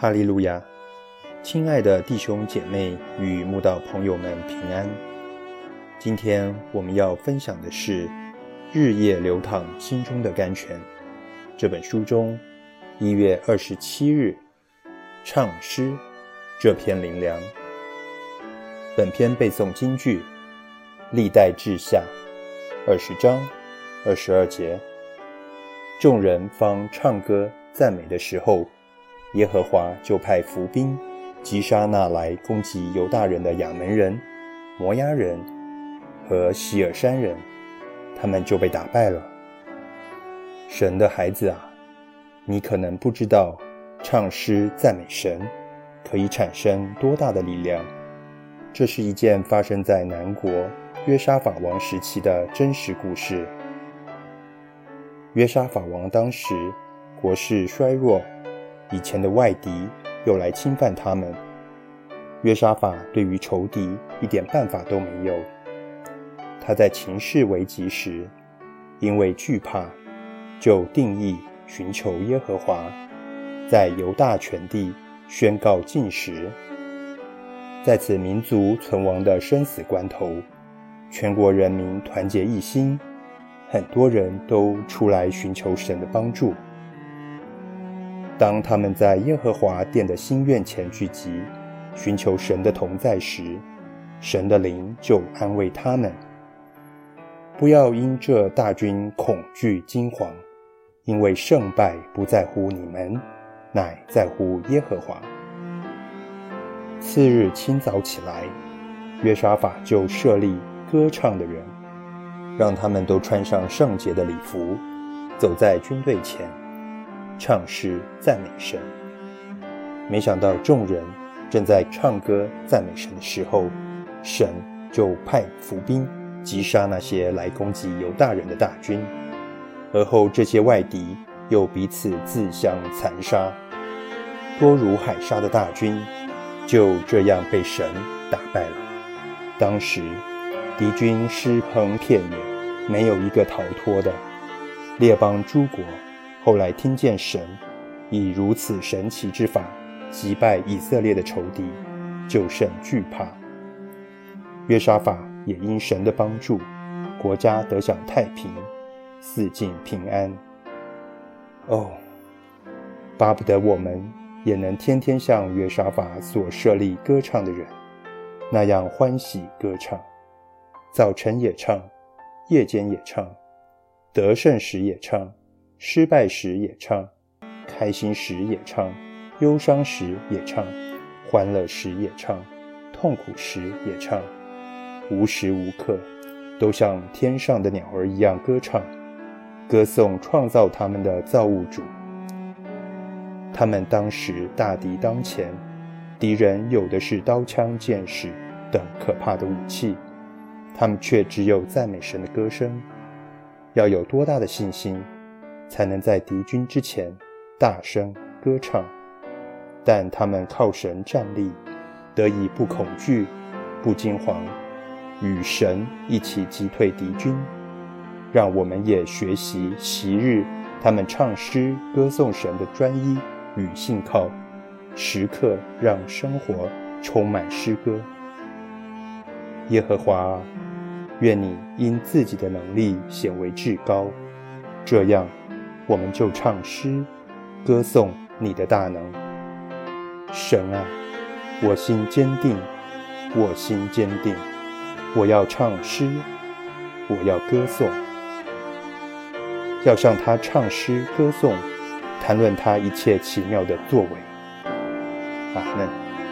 哈利路亚！亲爱的弟兄姐妹与慕道朋友们平安。今天我们要分享的是《日夜流淌心中的甘泉》这本书中1月27日唱诗这篇灵粮。本篇背诵金句历代志下20章22节。众人方唱歌赞美的时候，耶和华就派伏兵击杀那来攻击犹大人的亚门人、摩押人和希尔山人，他们就被打败了。神的孩子啊，你可能不知道唱诗赞美神可以产生多大的力量。这是一件发生在南国约沙法王时期的真实故事。约沙法王当时国势衰弱，以前的外敌又来侵犯他们，约沙法对于仇敌一点办法都没有。他在情势危急时，因为惧怕，就定义寻求耶和华，在犹大全地宣告禁食。在此民族存亡的生死关头，全国人民团结一心，很多人都出来寻求神的帮助。当他们在耶和华殿的新院前聚集，寻求神的同在时，神的灵就安慰他们。不要因这大军恐惧惊惶，因为胜败不在乎你们，乃在乎耶和华。次日清早起来，约沙法就设立歌唱的人，让他们都穿上圣洁的礼服，走在军队前，唱诗赞美神。没想到众人正在唱歌赞美神的时候，神就派伏兵击杀那些来攻击犹大人的大军，而后这些外敌又彼此自相残杀，多如海沙的大军就这样被神打败了。当时敌军尸横遍野，没有一个逃脱的。列邦诸国后来听见神以如此神奇之法击败以色列的仇敌，就甚惧怕。约沙法也因神的帮助，国家得享太平，四境平安。巴不得我们也能天天像约沙法所设立歌唱的人那样欢喜歌唱，早晨也唱，夜间也唱，得胜时也唱，失败时也唱，开心时也唱，忧伤时也唱，欢乐时也唱，痛苦时也唱，无时无刻都像天上的鸟儿一样歌唱，歌颂创造他们的造物主。他们当时大敌当前，敌人有的是刀枪剑士等可怕的武器，他们却只有赞美神的歌声。要有多大的信心，才能在敌军之前大声歌唱？但他们靠神站立，得以不恐惧，不惊惶，与神一起击退敌军。让我们也学习昔日他们唱诗歌颂神的专一与信靠，时刻让生活充满诗歌。耶和华啊，愿你因自己的能力显为至高，这样我们就唱诗歌颂你的大能。神啊，我心坚定，我心坚定，我要唱诗，我要歌颂，要向他唱诗歌颂，谈论他一切奇妙的作为。阿们。